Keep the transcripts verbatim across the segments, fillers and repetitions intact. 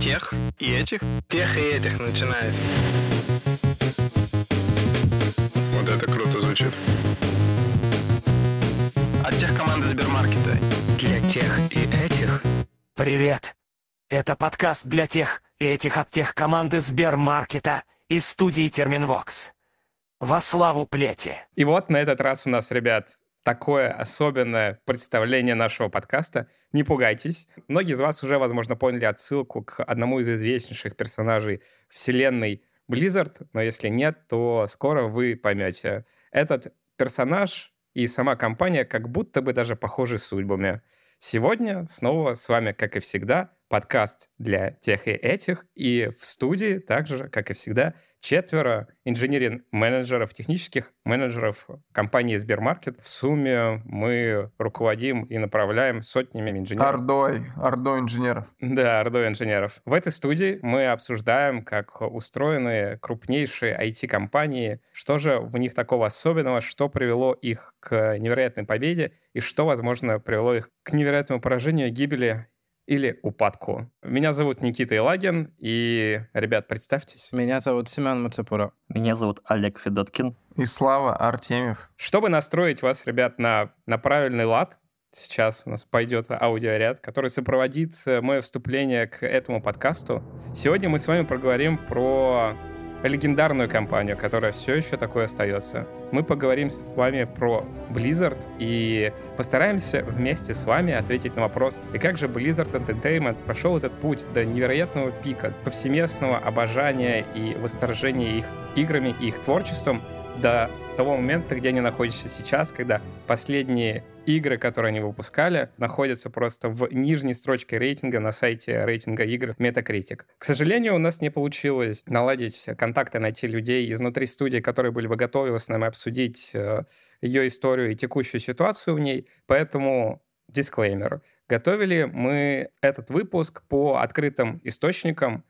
тех и этих? Тех и этих начинается. Вот это круто звучит. От техкоманды Сбермаркета. Для тех и этих. Привет! Это подкаст для тех и этих от техкоманды Сбермаркета из студии Терминвокс. Во славу плети! И вот на этот раз у нас, ребят, такое особенное представление нашего подкаста. Не пугайтесь. Многие из вас уже, возможно, поняли отсылку к одному из известнейших персонажей вселенной Blizzard, но если нет, то скоро вы поймете. Этот персонаж и сама компания как будто бы даже похожи судьбами. Сегодня снова с вами, как и всегда, подкаст для тех и этих, и в студии также, как и всегда, четверо инженеринг-менеджеров, технических менеджеров компании Сбермаркет. В сумме мы руководим и направляем сотнями инженеров. Ордой, ордой инженеров. Да, ордой инженеров. В этой студии мы обсуждаем, как устроены крупнейшие ай ти-компании, что же в них такого особенного, что привело их к невероятной победе и что, возможно, привело их к невероятному поражению, гибели или упадку. Меня зовут Никита Илагин, и, ребят, представьтесь. Меня зовут Семен Мацапуров. Меня зовут Олег Федоткин. И Слава Артемьев. Чтобы настроить вас, ребят, на, на правильный лад, сейчас у нас пойдет аудиоряд, который сопроводит мое вступление к этому подкасту. Сегодня мы с вами поговорим про легендарную компанию, которая все еще такой остается. Мы поговорим с вами про Blizzard и постараемся вместе с вами ответить на вопрос, и как же Blizzard Entertainment прошел этот путь до невероятного пика, повсеместного обожания и восторжения их играми и их творчеством до того момента, где они находятся сейчас, когда последние игры, которые они выпускали, находятся просто в нижней строчке рейтинга на сайте рейтинга игр Metacritic. К сожалению, у нас не получилось наладить контакты, найти людей изнутри студии, которые были бы готовы с нами обсудить э, ее историю и текущую ситуацию в ней, поэтому дисклеймер. Готовили мы этот выпуск по открытым источникам.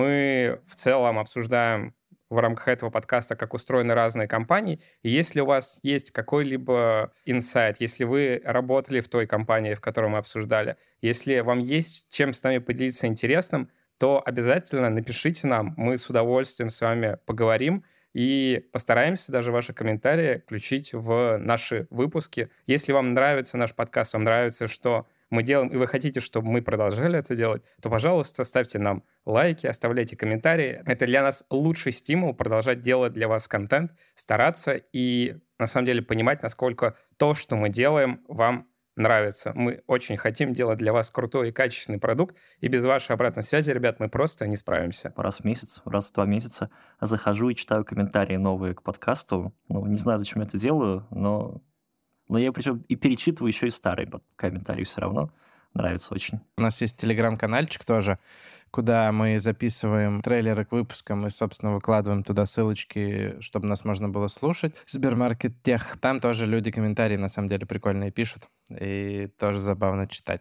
Мы в целом обсуждаем в рамках этого подкаста, как устроены разные компании. И если у вас есть какой-либо инсайт, если вы работали в той компании, в которой мы обсуждали, если вам есть чем с нами поделиться интересным, то обязательно напишите нам. Мы с удовольствием с вами поговорим и постараемся даже ваши комментарии включить в наши выпуски. Если вам нравится наш подкаст, вам нравится, что мы делаем, и вы хотите, чтобы мы продолжали это делать, то, пожалуйста, ставьте нам лайки, оставляйте комментарии. Это для нас лучший стимул продолжать делать для вас контент, стараться и, на самом деле, понимать, насколько то, что мы делаем, вам нравится. Мы очень хотим делать для вас крутой и качественный продукт, и без вашей обратной связи, ребят, мы просто не справимся. Раз в месяц, раз в два месяца захожу и читаю комментарии новые к подкасту. Ну, не знаю, зачем я это делаю, но... Но я причем и перечитываю еще и старые комментарии все равно. Нравится очень. У нас есть телеграм-канальчик тоже, куда мы записываем трейлеры к выпускам и, собственно, выкладываем туда ссылочки, чтобы нас можно было слушать. Сбермаркет Тех. Там тоже люди комментарии, на самом деле, прикольные пишут. И тоже забавно читать.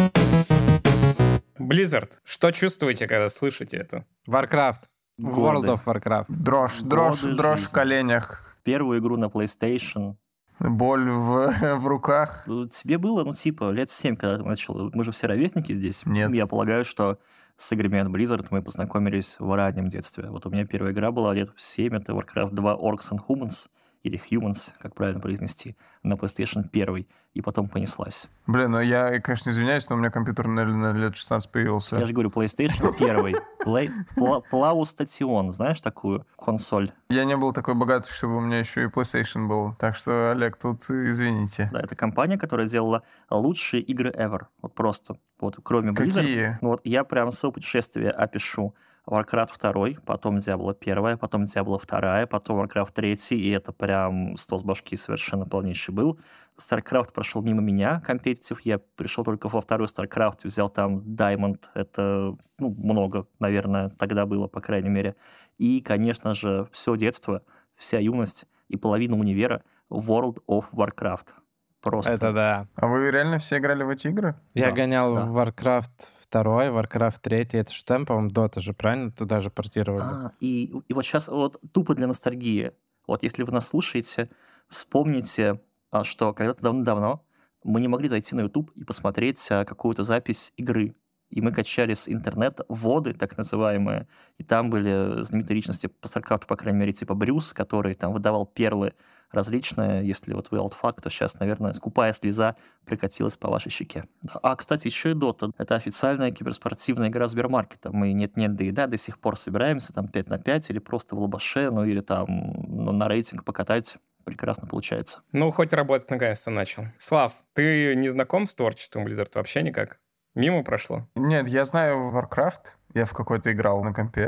Blizzard. Что чувствуете, когда слышите это? Warcraft. Годы. World of Warcraft. Дрожь, дрожь, Годы дрожь жизни. в коленях. Первую игру на PlayStation. Боль в, в руках. Тебе было, ну, типа, лет семь, когда ты начал. Мы же все ровесники здесь. Нет. Я полагаю, что с играми от Blizzard мы познакомились в раннем детстве. Вот у меня первая игра была лет семь, это Warcraft два Orcs and Humans, или Humans, как правильно произнести, на PlayStation один, и потом понеслась. Блин, ну я, конечно, извиняюсь, но у меня компьютер, наверное, лет шестнадцать появился. Я же говорю, PlayStation один. Play, Pla, PlayStation, знаешь такую консоль? Я не был такой богатый, чтобы у меня еще и PlayStation был. Так что, Олег, тут извините. Да, это компания, которая делала лучшие игры ever. Вот просто. Вот кроме Blizzard. Какие? Вот я прям свое путешествие опишу. Warcraft два, потом Diablo один, потом Diablo два, потом Warcraft три, и это прям стол с башки совершенно полнейший был. StarCraft прошел мимо меня, компетитив, я пришел только во второй StarCraft, взял там Diamond, это, ну, много, наверное, тогда было, по крайней мере. И, конечно же, все детство, вся юность и половина универа World of Warcraft. Просто. Это да. А вы реально все играли в эти игры? Я Да, гонял да. в Warcraft два, Warcraft три, это что там, по-моему, Dota же, правильно? Туда же портировали. А, и, и вот сейчас вот тупо для ностальгии. Вот если вы нас слушаете, вспомните, что когда-то давно-давно мы не могли зайти на YouTube и посмотреть какую-то запись игры. и мы качали с интернета воды, так называемые, и там были знаменитые личности по StarCraft, по крайней мере, типа Брюс, который там выдавал перлы различные. Если вот вы олдфак, то сейчас, наверное, скупая слеза прокатилась по вашей щеке. А, кстати, еще и Dota. Это официальная киберспортивная игра Сбермаркета. Мы нет-нет, да и да, до сих пор собираемся там пять на пять или просто в лобаше, ну или там ну, на рейтинг покатать. Прекрасно получается. Ну, хоть работать наконец-то начал. Слав, ты не знаком с творчеством Blizzard вообще никак? Мимо прошло? Нет, я знаю Warcraft, я в какой-то играл на компе,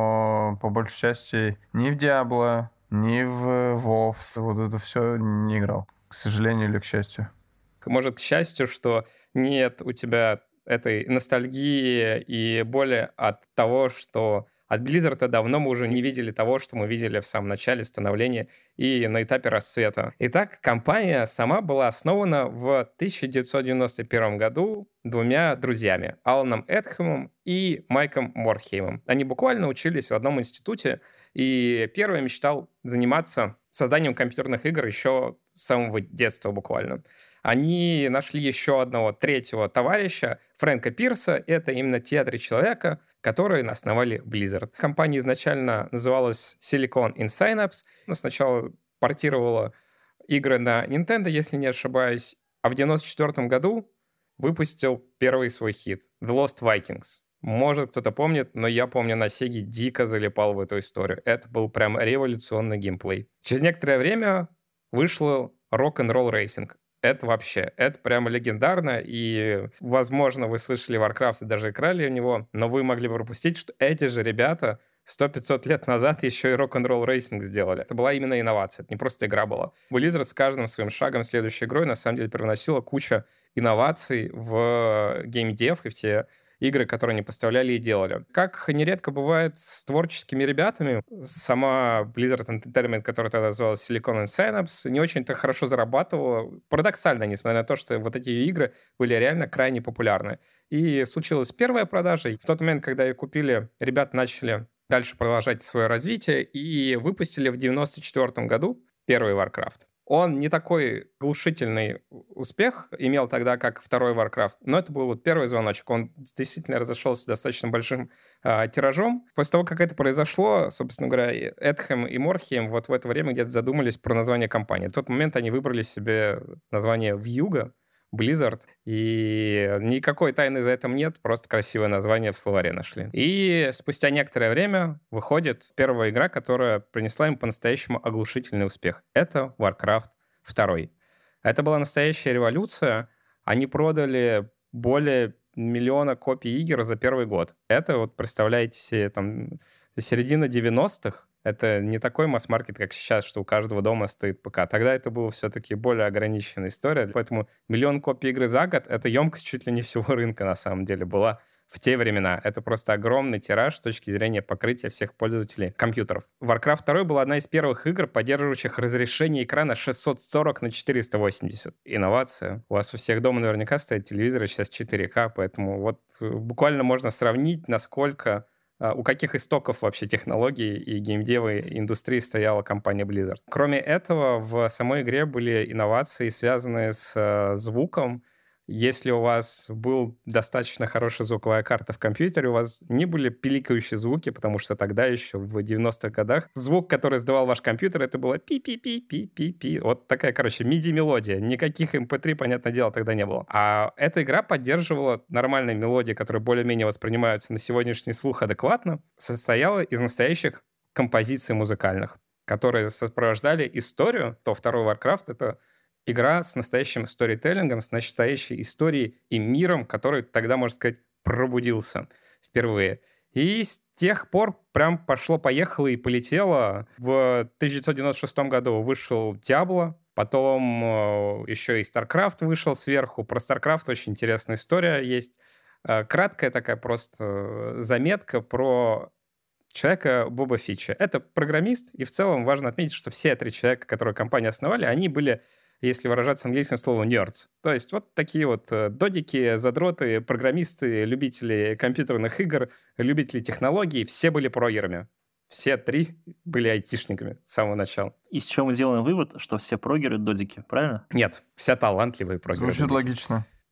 но по большей части ни в Diablo, ни в WoW, вот это все не играл. К сожалению или к счастью. Может, к счастью, что нет у тебя этой ностальгии и боли от того, что от Blizzard давно мы уже не видели того, что мы видели в самом начале становления и на этапе расцвета. Итак, компания сама была основана в тысяча девятьсот девяносто первом году двумя друзьями, Аланом Эдхэмом и Майком Морхеймом. Они буквально учились в одном институте, и первый мечтал заниматься созданием компьютерных игр еще с самого детства буквально. Они нашли еще одного третьего товарища, Фрэнка Пирса. Это именно те три человека, которые основали Blizzard. Компания изначально называлась Silicon in Synapse. Она сначала портировала игры на Nintendo, если не ошибаюсь, а в девяносто четвёртом году выпустил первый свой хит — The Lost Vikings. Может, кто-то помнит, но я помню, на Сеге дико залипал в эту историю. Это был прям революционный геймплей. Через некоторое время вышло Rock'n'Roll Racing. Это вообще, это прямо легендарно, и, возможно, вы слышали Warcraft и даже играли в него, но вы могли бы пропустить, что эти же ребята сто-пятьсот лет назад еще и Rock'n'Roll Racing сделали. Это была именно инновация, это не просто игра была. Blizzard с каждым своим шагом следующей игрой на самом деле привносила кучу инноваций в геймдев и в те игры, которые они поставляли и делали. Как нередко бывает с творческими ребятами, сама Blizzard Entertainment, которая тогда называлась Silicon and Synapse, не очень-то хорошо зарабатывала. Парадоксально, несмотря на то, что вот эти игры были реально крайне популярны. И случилась первая продажа. И в тот момент, когда ее купили, ребята начали дальше продолжать свое развитие и выпустили в девяносто четвёртом году первый Warcraft. Он не такой глушительный успех имел тогда, как второй Warcraft, но это был вот первый звоночек. Он действительно разошелся достаточно большим э, тиражом. После того, как это произошло, собственно говоря, Эдхэм и Морхейм вот в это время где-то задумались про название компании. В тот момент они выбрали себе название Вьюга, Blizzard, и никакой тайны за этим нет, просто красивое название в словаре нашли. И спустя некоторое время выходит первая игра, которая принесла им по-настоящему оглушительный успех. Это Warcraft два. Это была настоящая революция. Они продали более миллиона копий игр за первый год. Это, вот представляете себе, там, середина девяностых. Это не такой масс-маркет, как сейчас, что у каждого дома стоит ПК. Тогда это была все-таки более ограниченная история. Поэтому миллион копий игры за год — это емкость чуть ли не всего рынка, на самом деле, была в те времена. Это просто огромный тираж с точки зрения покрытия всех пользователей компьютеров. Warcraft два была одна из первых игр, поддерживающих разрешение экрана шестьсот сорок на четыреста восемьдесят. Инновация. У вас у всех дома наверняка стоят телевизоры сейчас четыре ка, поэтому вот буквально можно сравнить, насколько... У каких истоков вообще технологий и геймдевой индустрии стояла компания Blizzard. Кроме этого, в самой игре были инновации, связанные с э, звуком. Если у вас был достаточно хорошая звуковая карта в компьютере, у вас не были пиликающие звуки, потому что тогда еще в девяностых годах звук, который издавал ваш компьютер, это было пи-пи-пи-пи-пи-пи. Вот такая, короче, миди-мелодия. Никаких эм пэ три, понятное дело, тогда не было. А эта игра поддерживала нормальные мелодии, которые более-менее воспринимаются на сегодняшний слух адекватно, состояла из настоящих композиций музыкальных, которые сопровождали историю. То второй Warcraft — это игра с настоящим сторителлингом, с настоящей историей и миром, который тогда, можно сказать, пробудился впервые. И с тех пор прям пошло-поехало и полетело. В тысяча девятьсот девяносто шестом году вышел Diablo, потом э, еще и StarCraft вышел сверху. Про StarCraft очень интересная история есть. Э, краткая такая просто заметка про человека Боба Фича. Это программист, и в целом важно отметить, что все три человека, которые компанию основали, они были, если выражаться английским словом, nerds. То есть вот такие вот додики, задроты, программисты, любители компьютерных игр, любители технологий, все были прогерами. Все три были айтишниками с самого начала. Из чего мы делаем вывод, что все прогеры — додики, правильно? Нет, все талантливые прогеры. Звучит додики. логично.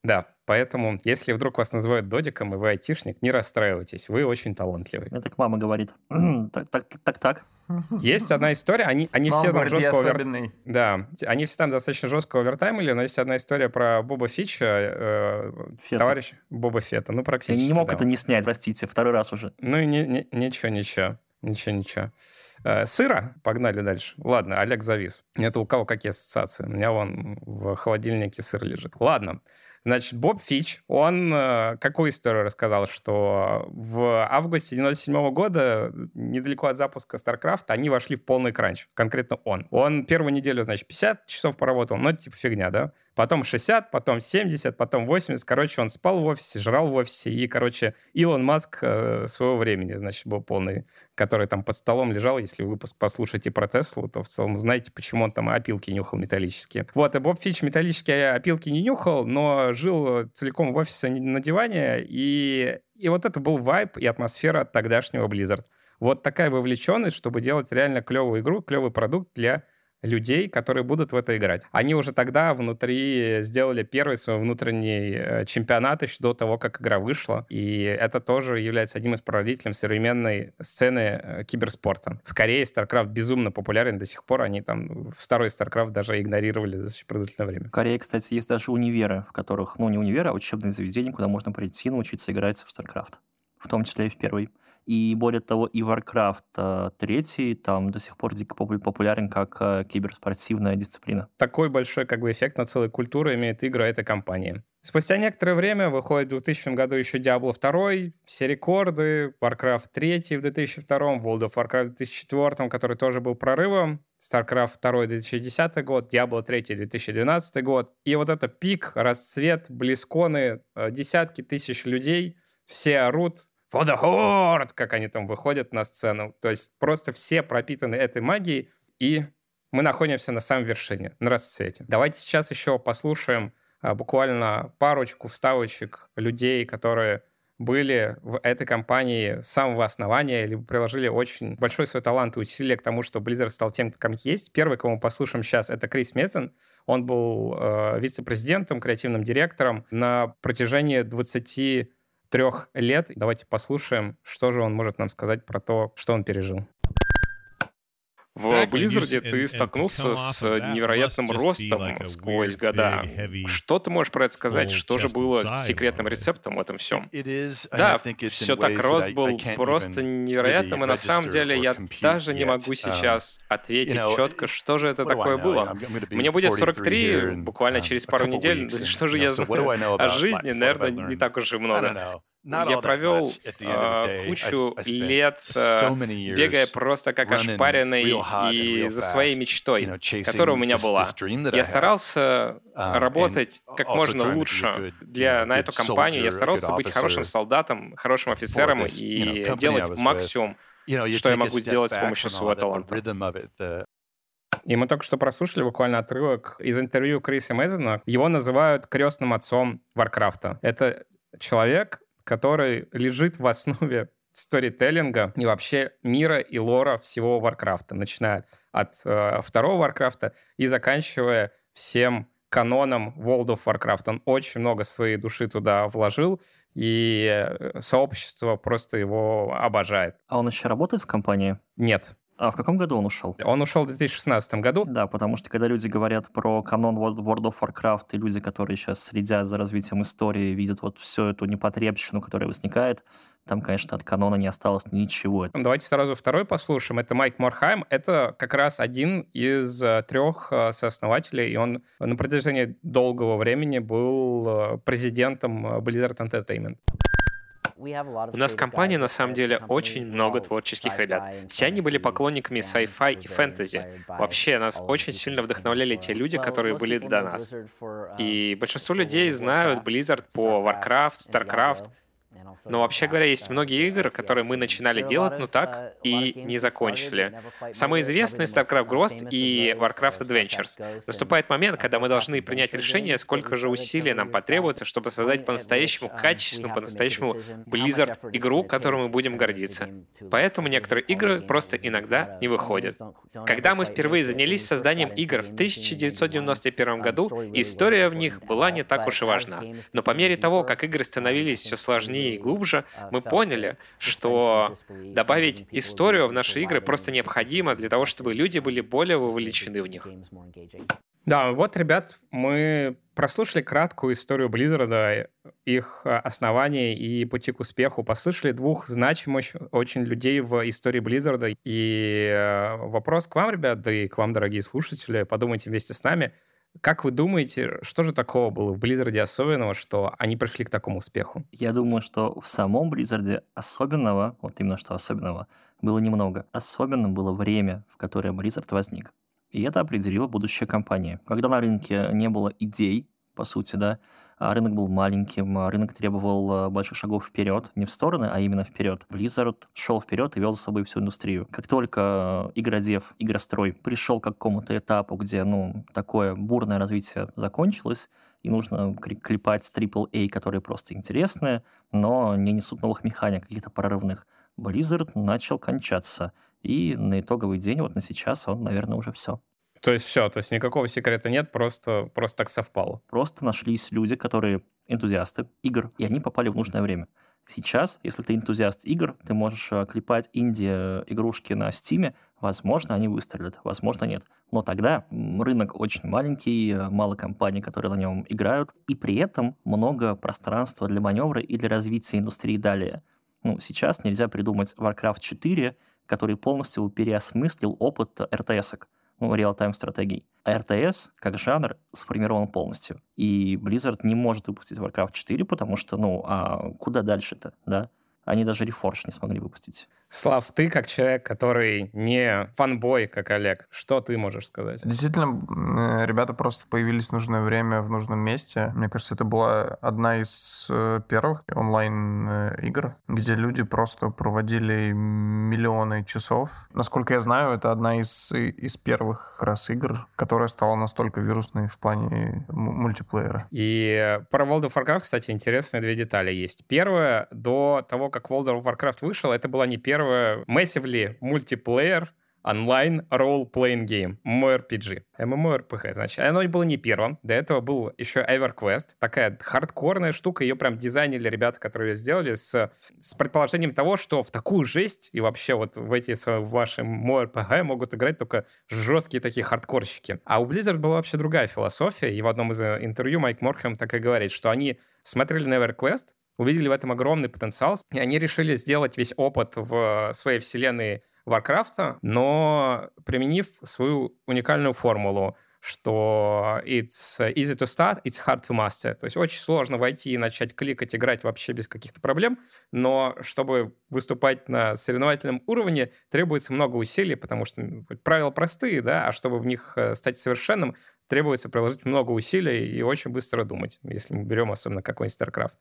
Да, поэтому, если вдруг вас называют додиком, и вы айтишник, не расстраивайтесь, вы очень талантливый. Мне так мама говорит. Так, так, так, так. Есть одна история, они, они Мама все там говорит, я жестко овер... особенный. Да, они все там достаточно жестко овертаймили, но есть одна история про Боба Фича, э, Фета. товарищ Боба Фета, ну Я практически. не мог да. это не снять, простите, второй раз уже. Ну и не, не- ничего, ничего, ничего, ничего. Э, сыра, погнали дальше. Ладно, Олег завис. Это у кого какие ассоциации? У меня вон в холодильнике сыр лежит. Ладно. Значит, Боб Фич, он э, какую историю рассказал, что в августе девяносто седьмого года, недалеко от запуска StarCraft, они вошли в полный кранч, конкретно он. Он первую неделю, значит, пятьдесят часов поработал, ну, типа фигня, да? Потом шестьдесят, потом семьдесят, потом восемьдесят. Короче, он спал в офисе, жрал в офисе, и, короче, Илон Маск э, своего времени, значит, был полный, который там под столом лежал. Если вы пос- послушаете про Теслу, то в целом узнаете, почему он там опилки нюхал металлические. Вот, и Боб Фич металлические опилки не нюхал, но жил целиком в офисе на диване, и, и вот это был вайб и атмосфера тогдашнего Blizzard. Вот такая вовлеченность, чтобы делать реально клевую игру, клевый продукт для людей, которые будут в это играть. Они уже тогда внутри сделали первый свой внутренний э, чемпионат еще до того, как игра вышла. И это тоже является одним из прародителей современной сцены э, киберспорта. В Корее StarCraft безумно популярен до сих пор. Они там второй StarCraft даже игнорировали за очень продолжительное время. В Корее, кстати, есть даже универы, в которых, ну, не универы, а учебные заведения, куда можно прийти, научиться играть в StarCraft. В том числе и в первый. И более того, и Warcraft третий там до сих пор дико попу- популярен как э, киберспортивная дисциплина. Такой большой как бы эффект на целую культуру имеет игры этой компании. Спустя некоторое время выходит в двухтысячном году еще Diablo два, все рекорды, Warcraft три в две тысячи втором, World of Warcraft в две тысячи четвёртом, который тоже был прорывом, StarCraft два две тысячи десятый год, Diablo три две тысячи двенадцатый год. И вот это пик, расцвет, близконы, э, десятки тысяч людей, все орут, For the Horde, как они там выходят на сцену. То есть просто все пропитаны этой магией, и мы находимся на самой вершине, на расцвете. Давайте сейчас еще послушаем а, буквально парочку вставочек людей, которые были в этой компании с самого основания, либо приложили очень большой свой талант и усилия к тому, чтобы Blizzard стал тем, кем есть. Первый, кого мы послушаем сейчас, это Крис Мезен. Он был э, вице-президентом, креативным директором на протяжении двадцати трех лет. Давайте послушаем, что же он может нам сказать про то, что он пережил. В Blizzard ты столкнулся с невероятным ростом сквозь года. Что ты можешь про это сказать? Что же было секретным рецептом в этом всем? Да, все так, рост был просто невероятным, и на самом деле я даже не могу сейчас ответить четко, что же это такое было. Мне будет сорок три буквально через пару недель. Что же я знаю о жизни? Наверное, не так уж и много. Я провел э, кучу лет, э, бегая просто как ошпаренный и за своей мечтой, которая у меня была. Я старался работать как можно лучше для, на эту компанию. Я старался быть хорошим солдатом, хорошим офицером и делать максимум, что я могу сделать с помощью своего таланта. И мы только что прослушали буквально отрывок из интервью Криса Мезена. Его называют крестным отцом Варкрафта. Это человек, который лежит в основе сторителлинга и вообще мира и лора всего Варкрафта, начиная от э, второго Варкрафта и заканчивая всем каноном World of Warcraft. Он очень много своей души туда вложил, и сообщество просто его обожает. А он еще работает в компании? Нет. А в каком году он ушел? Он ушел в две тысячи шестнадцатом году. Да, потому что когда люди говорят про канон World of Warcraft, и люди, которые сейчас следят за развитием истории, видят вот всю эту непотребщину, которая возникает, там, конечно, от канона не осталось ничего. Давайте сразу второй послушаем. Это Майк Морхайм. Это как раз один из трех сооснователей, и он на протяжении долгого времени был президентом Blizzard Entertainment. У нас в компании на самом деле очень много творческих ребят. Все они были поклонниками sci-fi и фэнтези. Вообще, нас очень сильно вдохновляли те люди, которые были до нас. И большинство людей знают Blizzard по Warcraft, StarCraft Но вообще говоря, есть многие игры, которые мы начинали делать, но так и не закончили. Самые известные — StarCraft Ghost и Warcraft Adventures. Наступает момент, когда мы должны принять решение, сколько же усилий нам потребуется, чтобы создать по-настоящему качественную, по-настоящему Blizzard игру, которой мы будем гордиться. Поэтому некоторые игры просто иногда не выходят. Когда мы впервые занялись созданием игр в тысяча девятьсот девяносто первом году, история в них была не так уж и важна. Но по мере того, как игры становились все сложнее и глубже, мы поняли, что добавить историю в наши игры просто необходимо для того, чтобы люди были более вовлечены в них. Да, вот, ребят, мы прослушали краткую историю Blizzard, их основания и пути к успеху, послушали двух значимых очень людей в истории Blizzard. И вопрос к вам, ребят, да и к вам, дорогие слушатели, подумайте вместе с нами, как вы думаете, что же такого было в Blizzard особенного, что они пришли к такому успеху? Я думаю, что в самом Blizzard особенного, вот именно что особенного, было немного. Особенным было время, в которое Blizzard возник. И это определило будущее компании. Когда на рынке не было идей, по сути, да, рынок был маленьким, рынок требовал больших шагов вперед, не в стороны, а именно вперед. Blizzard шел вперед и вел за собой всю индустрию. Как только игродев, игрострой пришел к какому-то этапу, где, ну, такое бурное развитие закончилось, и нужно клепать трипл эй, которые просто интересные, но не несут новых механик, каких-то прорывных, Blizzard начал кончаться. И на итоговый день, вот на сейчас, он, наверное, уже все. То есть все, то есть никакого секрета нет, просто, просто так совпало. Просто нашлись люди, которые энтузиасты игр, и они попали в нужное время. Сейчас, если ты энтузиаст игр, ты можешь клепать инди-игрушки на Steam, возможно, они выстрелят, возможно, нет. Но тогда рынок очень маленький, мало компаний, которые на нем играют, и при этом много пространства для маневра и для развития индустрии далее. Ну, сейчас нельзя придумать Warcraft четыре, который полностью переосмыслил опыт эр тэ эс-ок, ну, реал-тайм стратегий. А эр тэ эс, как жанр, сформирован полностью. И Blizzard не может выпустить Warcraft четыре, потому что, ну, а куда дальше-то, да? Они даже Reforged не смогли выпустить. Слав, ты как человек, который не фанбой, как Олег, что ты можешь сказать? Действительно, ребята просто появились в нужное время, в нужном месте. Мне кажется, это была одна из первых онлайн-игр, где люди просто проводили миллионы часов. Насколько я знаю, это одна из, из первых как раз игр, которая стала настолько вирусной в плане мультиплеера. И про World of Warcraft, кстати, интересные две детали есть. Первое, до того, как World of Warcraft вышел, это была не первая massively мультиплеер онлайн role-playing game, эм эм о ар пи джи. эм эм о ар пи джи, значит. Оно было не первым. До этого был еще EverQuest. Такая хардкорная штука. Ее прям дизайнили ребята, которые ее сделали, с, с предположением того, что в такую жесть и вообще вот в эти в ваши эм эм о ар пи джи могут играть только жесткие такие хардкорщики. А у Blizzard была вообще другая философия. И в одном из интервью Майк Морхэм так и говорит, что они смотрели на EverQuest, увидели в этом огромный потенциал, и они решили сделать весь опыт в своей вселенной Warcraft, но применив свою уникальную формулу, что it's easy to start, it's hard to master. То есть очень сложно войти и начать кликать, играть вообще без каких-то проблем, но чтобы выступать на соревновательном уровне, требуется много усилий, потому что правила простые, да, а чтобы в них стать совершенным, требуется приложить много усилий и очень быстро думать, если мы берем особенно какой-нибудь StarCraft.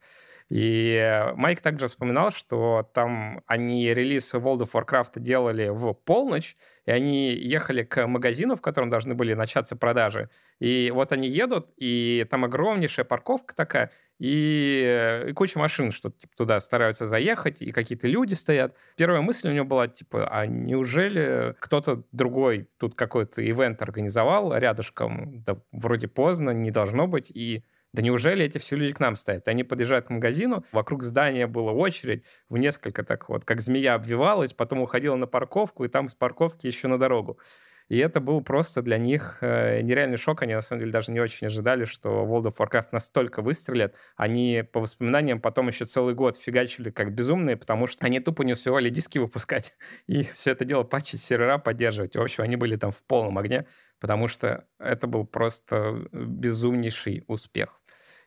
И Майк также вспоминал, что там они релиз World of Warcraft делали в полночь, и они ехали к магазину, в котором должны были начаться продажи. И вот они едут, и там огромнейшая парковка такая, и, и куча машин, что типа, туда стараются заехать, и какие-то люди стоят. Первая мысль у него была, типа, а неужели кто-то другой тут какой-то ивент организовал рядышком? Да вроде поздно, не должно быть, и да неужели эти все люди к нам стоят? Они подъезжают к магазину, вокруг здания была очередь, в несколько так вот, как змея обвивалась, потом уходила на парковку, и там с парковки еще на дорогу. И это был просто для них э, нереальный шок. Они, на самом деле, даже не очень ожидали, что World of Warcraft настолько выстрелят. Они, по воспоминаниям, потом еще целый год фигачили как безумные, потому что они тупо не успевали диски выпускать. И все это дело патчить, сервера поддерживать. В общем, они были там в полном огне, потому что это был просто безумнейший успех.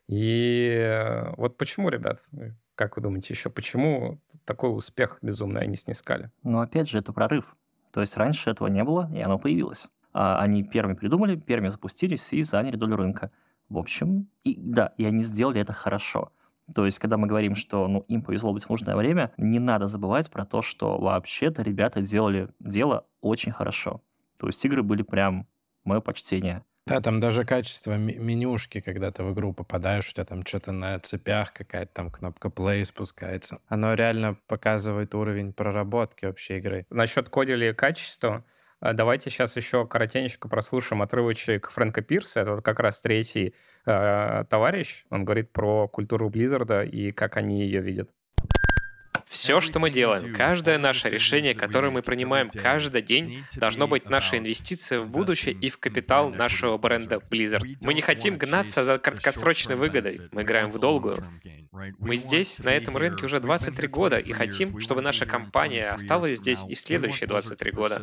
И вот почему, ребят, как вы думаете, еще почему такой успех безумный они снискали? Ну, опять же, это прорыв. То есть раньше этого не было, и оно появилось. А они первыми придумали, первыми запустились и заняли долю рынка. В общем, и да, и они сделали это хорошо. То есть, когда мы говорим, что ну, им повезло быть в нужное время, не надо забывать про то, что вообще-то ребята делали дело очень хорошо. То есть игры были прям мое почтение. Да, там даже качество менюшки, когда ты в игру попадаешь, у тебя там что-то на цепях какая-то там кнопка play спускается. Оно реально показывает уровень проработки вообще игры. Насчет кодили качества, давайте сейчас еще коротенько прослушаем отрывочек Фрэнка Пирса. Это вот как раз третий э, товарищ. Он говорит про культуру Blizzard и как они ее видят. Все, что мы делаем, каждое наше решение, которое мы принимаем каждый день, должно быть нашей инвестицией в будущее и в капитал нашего бренда Blizzard. Мы не хотим гнаться за краткосрочной выгодой, мы играем в долгую. Мы здесь, на этом рынке уже двадцать три года, и хотим, чтобы наша компания осталась здесь и в следующие двадцать три года.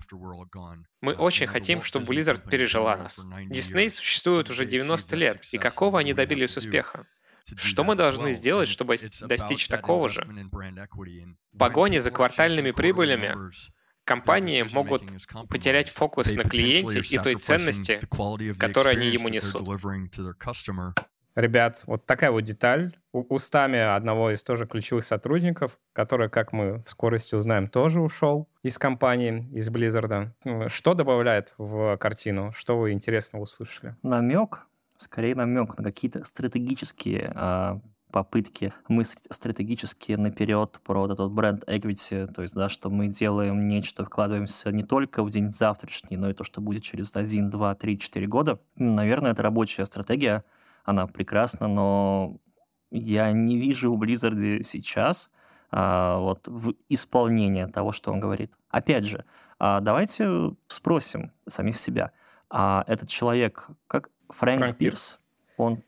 Мы очень хотим, чтобы Blizzard пережила нас. Disney существует уже девяносто лет, и какого они добились успеха? Что мы должны сделать, чтобы достичь такого же? В погоне за квартальными прибылями компании могут потерять фокус на клиенте и той ценности, которую они ему несут. Ребят, вот такая вот деталь устами одного из тоже ключевых сотрудников, который, как мы в скорости узнаем, тоже ушел из компании, из Blizzard. Что добавляет в картину? Что вы интересного услышали? Намек. Скорее намек на какие-то стратегические э, попытки мыслить стратегически наперед про вот этот бренд equity, то есть, да, что мы делаем нечто, вкладываемся не только в день завтрашний, но и то, что будет через один, два, три, четыре года. Наверное, это рабочая стратегия, она прекрасна, но я не вижу в Blizzard сейчас э, вот, в исполнении того, что он говорит. Опять же, э, давайте спросим самих себя, а этот человек, как Фрэнк, Фрэнк Пирс, он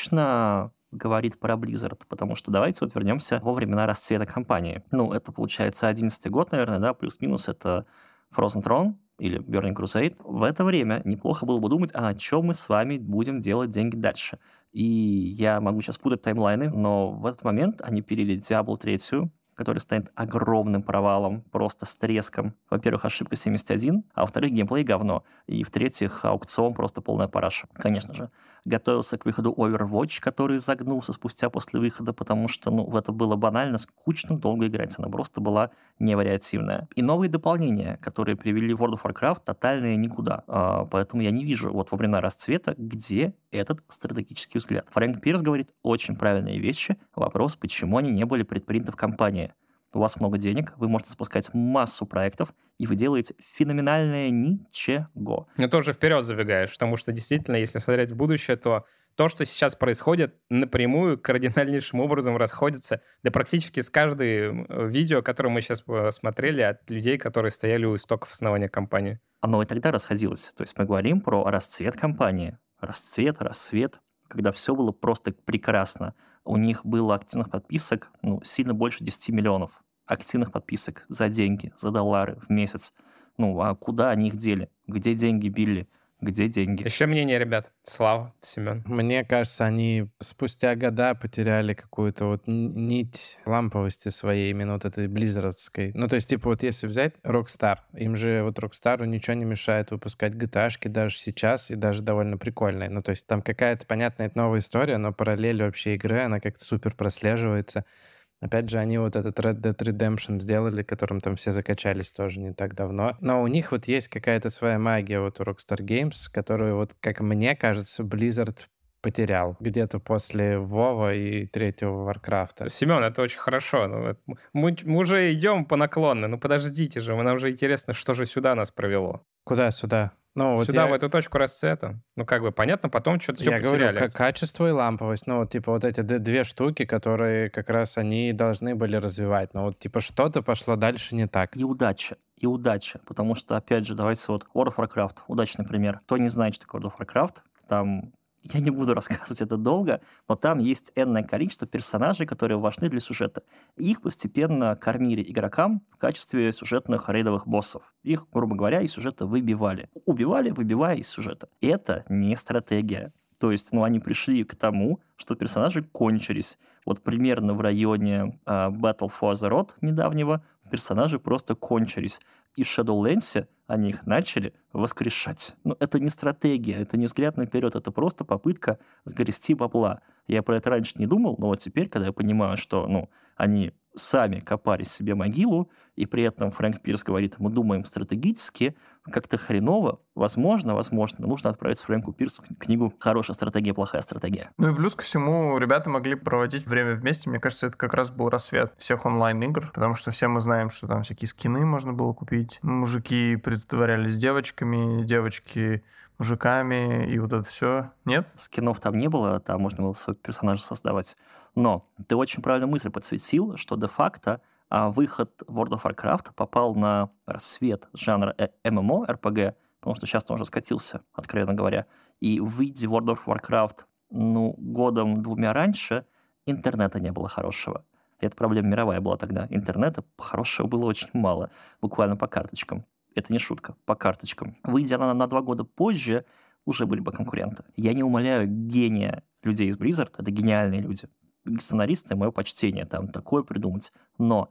точно говорит про Blizzard, потому что давайте вот вернемся во времена расцвета компании. Ну, это получается одиннадцатый год, наверное, да, плюс-минус это Frozen Throne или Burning Crusade. В это время неплохо было бы думать, а о чем мы с вами будем делать деньги дальше. И я могу сейчас путать таймлайны, но в этот момент они пилили Diablo три, который станет огромным провалом, просто с треском. Во-первых, ошибка семьдесят один, а во-вторых, геймплей говно. И в-третьих, аукцион просто полная параша. Конечно же. Готовился к выходу Overwatch, который загнулся спустя после выхода, потому что, ну, в это было банально скучно долго играть. Она просто была невариативная. И новые дополнения, которые привели в World of Warcraft, тотальные никуда. А, поэтому я не вижу вот во времена расцвета, где этот стратегический взгляд. Фрэнк Пирс говорит очень правильные вещи. Вопрос, почему они не были предприняты в компании. У вас много денег, вы можете запускать массу проектов, и вы делаете феноменальное ничего. Но тоже вперед забегаешь, потому что действительно, если смотреть в будущее, то то, что сейчас происходит, напрямую кардинальнейшим образом расходится, да практически с каждым видео, которое мы сейчас смотрели от людей, которые стояли у истоков основания компании. Оно и тогда расходилось. То есть мы говорим про расцвет компании. Расцвет, рассвет, когда все было просто прекрасно. У них было активных подписок, ну, сильно больше десять миллионов активных подписок за деньги, за доллары в месяц. Ну, а куда они их дели? Где деньги били? Где деньги? Еще мнение, ребят. Слава, Семен. Мне кажется, они спустя года потеряли какую-то вот нить ламповости своей, именно вот этой близзардской. Ну, то есть, типа, вот если взять Rockstar, им же вот Rockstar ничего не мешает выпускать джи ти эй-шки даже сейчас, и даже довольно прикольные. Ну, то есть, там какая-то, понятная это новая история, но параллель вообще игры, она как-то супер прослеживается. Опять же, они вот этот Red Dead Redemption сделали, которым там все закачались тоже не так давно. Но у них вот есть какая-то своя магия вот у Rockstar Games, которую вот, как мне кажется, Blizzard потерял где-то после Вова и третьего Warcraft. Семен, это очень хорошо. Мы, мы уже идем по наклонной. Ну подождите же, нам уже интересно, что же сюда нас провело. Куда сюда? Ну, вот сюда, я... в эту точку расцвета. Ну, как бы, понятно, потом что-то все я потеряли. Я говорю, качество и ламповость. Ну, вот, типа, вот эти две штуки, которые как раз они должны были развивать. Но вот, типа, что-то пошло дальше не так. И удача. И удача. Потому что, опять же, давайте вот World of Warcraft. Удачный пример. Кто не знает, что такое World of Warcraft, там... Я не буду рассказывать это долго, но там есть энное количество персонажей, которые важны для сюжета. Их постепенно кормили игрокам в качестве сюжетных рейдовых боссов. Их, грубо говоря, из сюжета выбивали. Убивали, выбивая из сюжета. Это не стратегия. То есть, ну, они пришли к тому, что персонажи кончились. Вот примерно в районе uh, Battle for Azeroth недавнего персонажи просто кончились. И в Shadowlands они их начали воскрешать. Но это не стратегия, это не взгляд наперед, это просто попытка сгрести бабла. Я про это раньше не думал, но вот теперь, когда я понимаю, что ну, они сами копали себе могилу, и при этом Фрэнк Пирс говорит, мы думаем стратегически, как-то хреново, возможно, возможно, нужно отправить Фрэнку Пирсу книгу «Хорошая стратегия, плохая стратегия». Ну и плюс ко всему, ребята могли проводить время вместе. Мне кажется, это как раз был рассвет всех онлайн-игр, потому что все мы знаем, что там всякие скины можно было купить. Мужики притворялись девочками, девочки мужиками, и вот это все. Нет? Скинов там не было, там можно было свой персонажа создавать. Но ты очень правильную мысль подсветил, что де-факто а выход World of Warcraft попал на рассвет жанра эм эм о эр пи джи, потому что сейчас он уже скатился, откровенно говоря. И выйдя World of Warcraft ну, годом-двумя раньше, интернета не было хорошего. И эта проблема мировая была тогда. Интернета хорошего было очень мало, буквально по карточкам. Это не шутка, по карточкам. Выйдя на, на два года позже, уже были бы конкуренты. Я не умаляю гения людей из Blizzard, это гениальные люди. Сценаристы, мое почтение, там такое придумать. Но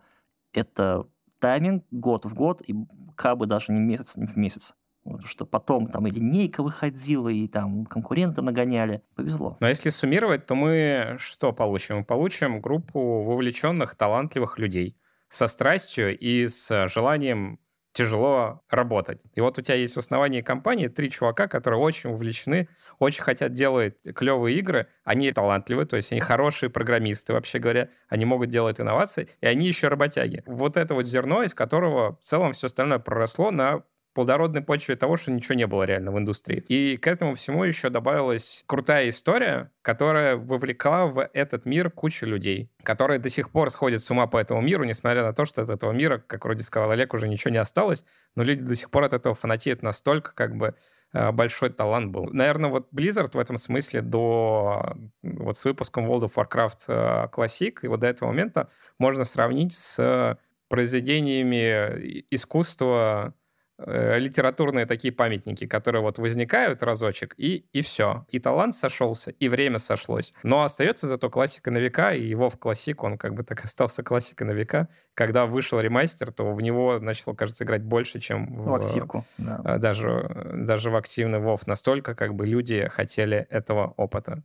это тайминг год в год, и как бы даже не месяц, не в месяц. Потому что потом там и линейка выходила, и там конкуренты нагоняли. Повезло. Но если суммировать, то мы что получим? Мы получим группу вовлеченных, талантливых людей со страстью и с желанием тяжело работать. И вот у тебя есть в основании компании три чувака, которые очень увлечены, очень хотят делать клевые игры. Они талантливые, то есть они хорошие программисты, вообще говоря. Они могут делать инновации, и они еще работяги. Вот это вот зерно, из которого в целом все остальное проросло на плодородной почве того, что ничего не было реально в индустрии. И к этому всему еще добавилась крутая история, которая вовлекла в этот мир кучу людей, которые до сих пор сходят с ума по этому миру, несмотря на то, что от этого мира, как вроде сказал Олег, уже ничего не осталось, но люди до сих пор от этого фанатеют настолько, как бы большой талант был. Наверное, вот Blizzard в этом смысле до вот с выпуском World of Warcraft Classic и вот до этого момента можно сравнить с произведениями искусства, литературные такие памятники, которые вот возникают разочек, и, и все. И талант сошелся, и время сошлось. Но остается зато классика на века, и его в классик, он как бы так остался классикой на века. Когда вышел ремастер, то в него начало, кажется, играть больше, чем в, в активку. Да. Даже, даже в активный WoW. Настолько как бы люди хотели этого опыта.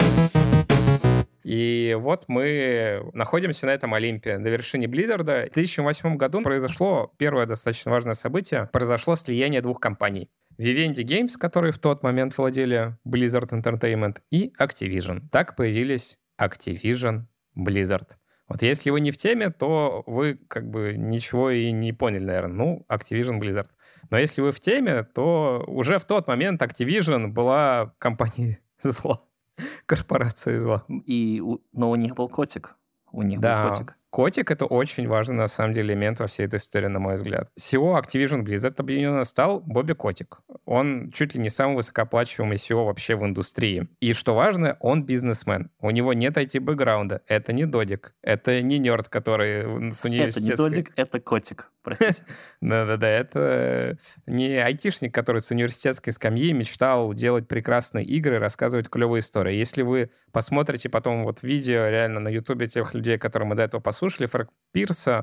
И вот мы находимся на этом Олимпе, на вершине Близзарда. В две тысячи восьмом году произошло первое достаточно важное событие. Произошло слияние двух компаний. Vivendi Games, которые в тот момент владели Blizzard Entertainment, и Activision. Так появились Activision Blizzard. Вот если вы не в теме, то вы как бы ничего и не поняли, наверное. Ну, Activision Blizzard. Но если вы в теме, то уже в тот момент Activision была компанией зла. Корпорация зла. И, но у них был котик. У них да. был котик. Котик — это очень важный, на самом деле, элемент во всей этой истории, на мой взгляд. си и о Activision Blizzard объединенно стал Бобби Котик. Он чуть ли не самый высокооплачиваемый си и о вообще в индустрии. И что важно, он бизнесмен. У него нет ай ти-бэкграунда. Это не додик. Это не нерд, который с университетской... Это не додик, это котик. Простите. Да-да-да, это не айтишник, который с университетской скамьи мечтал делать прекрасные игры, рассказывать клевые истории. Если вы посмотрите потом вот видео реально на Ютубе тех людей, которые мы до этого послушали, Фрэнка Пирса,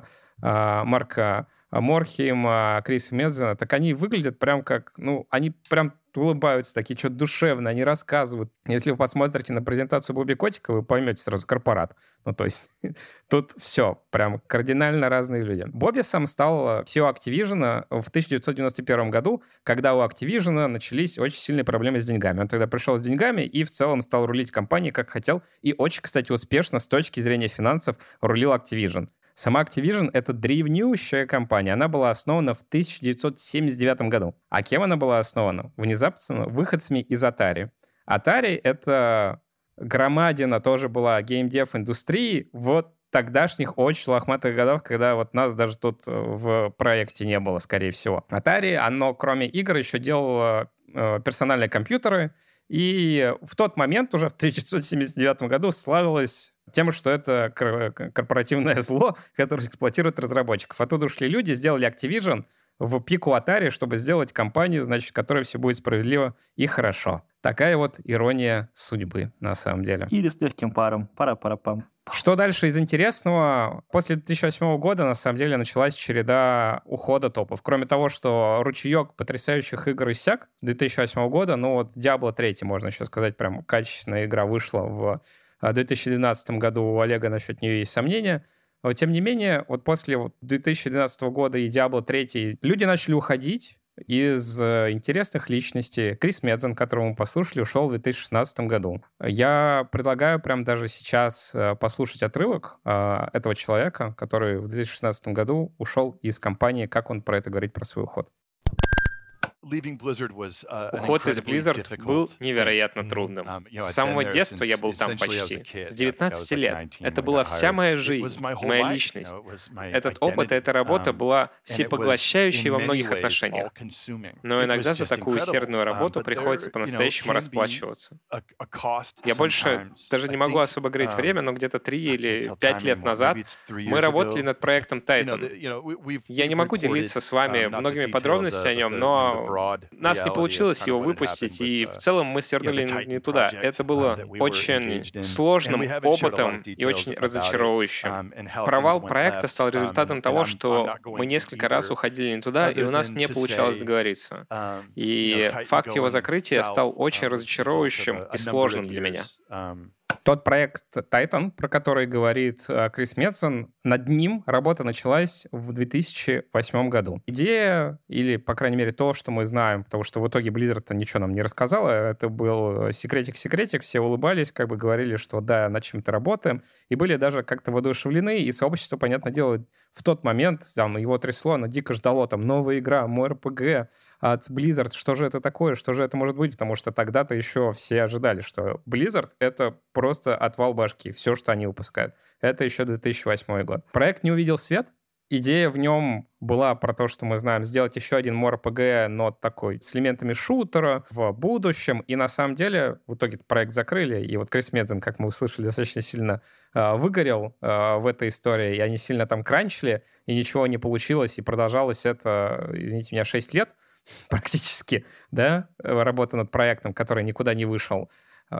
Марка Морхейма, Криса Медзена, так они выглядят прям как, ну, они прям улыбаются, такие что-то душевные, они рассказывают. Если вы посмотрите на презентацию Бобби Котика, вы поймете сразу корпорат. Ну, то есть тут все, прям кардинально разные люди. Бобби сам стал си и о Activision в тысяча девятьсот девяносто первом году, когда у Activision начались очень сильные проблемы с деньгами. Он тогда пришел с деньгами и в целом стал рулить компанией, как хотел, и очень, кстати, успешно с точки зрения финансов рулил Activision. Сама Activision — это древнющая компания. Она была основана в тысяча девятьсот семьдесят девятом году. А кем она была основана? Внезапно выходцами из Atari. Atari — это громадина тоже была геймдев-индустрии в тогдашних очень лохматых годах, когда вот нас даже тут в проекте не было, скорее всего. Atari, оно кроме игр еще делало э, персональные компьютеры, и в тот момент, уже в тысяча девятьсот семьдесят девятом году, славилось тем, что это корпоративное зло, которое эксплуатирует разработчиков. Оттуда ушли люди, сделали Activision в пику Atari, чтобы сделать компанию, значит, в которой все будет справедливо и хорошо. Такая вот ирония судьбы, на самом деле. Или с легким паром. Пара-пара-пам. Что дальше из интересного? После две тысячи восьмого года, на самом деле, началась череда ухода топов. Кроме того, что ручеек потрясающих игр иссяк с две тысячи восьмого года, ну вот Diablo три, можно еще сказать, прям качественная игра вышла в две тысячи двенадцатом году. У Олега насчет нее есть сомнения. Но, тем не менее, вот после две тысячи двенадцатого года и Diablo три люди начали уходить из интересных личностей. Крис Медзен, которого мы послушали, ушел в две тысячи шестнадцатом году. Я предлагаю прямо даже сейчас послушать отрывок этого человека, который в две тысячи шестнадцатом году ушел из компании, как он про это говорит, про свой уход. Уход из Blizzard был невероятно трудным. С самого детства я был там почти. С девятнадцати лет. Это была вся моя жизнь, моя личность. Этот опыт и эта работа была всепоглощающей во многих отношениях. Но иногда за такую усердную работу приходится по-настоящему расплачиваться. Я больше даже не могу особо говорить время, но где-то три или пять лет назад мы работали над проектом Titan. Я не могу делиться с вами многими подробностями о нем, но нас не получилось его выпустить, и в целом мы свернули не туда. Это было очень сложным опытом и очень разочаровывающим. Провал проекта стал результатом того, что мы несколько раз уходили не туда, и у нас не получалось договориться. И факт его закрытия стал очень разочаровывающим и сложным для меня. Тот проект Titan, про который говорит Крис Медсон, над ним работа началась в две тысячи восьмом году. Идея, или, по крайней мере, то, что мы знаем, потому что в итоге Blizzard ничего нам не рассказала, это был секретик-секретик, все улыбались, как бы говорили, что да, над чем-то работаем, и были даже как-то воодушевлены, и сообщество, понятное дело, в тот момент, там, его трясло, оно дико ждало, там, новая игра, мой эр пи джи от Blizzard, что же это такое, что же это может быть, потому что тогда-то еще все ожидали, что Blizzard — это просто отвал башки, все, что они выпускают. Это еще две тысячи восьмой год. Проект не увидел свет. Идея в нем была про то, что мы знаем, сделать еще один мор-эр-пи-джи, но такой с элементами шутера в будущем. И на самом деле в итоге проект закрыли. И вот Крис Медзен, как мы услышали, достаточно сильно э, выгорел э, в этой истории. И они сильно там кранчили, и ничего не получилось. И продолжалось это, извините меня, шесть лет практически, да, работа над проектом, который никуда не вышел.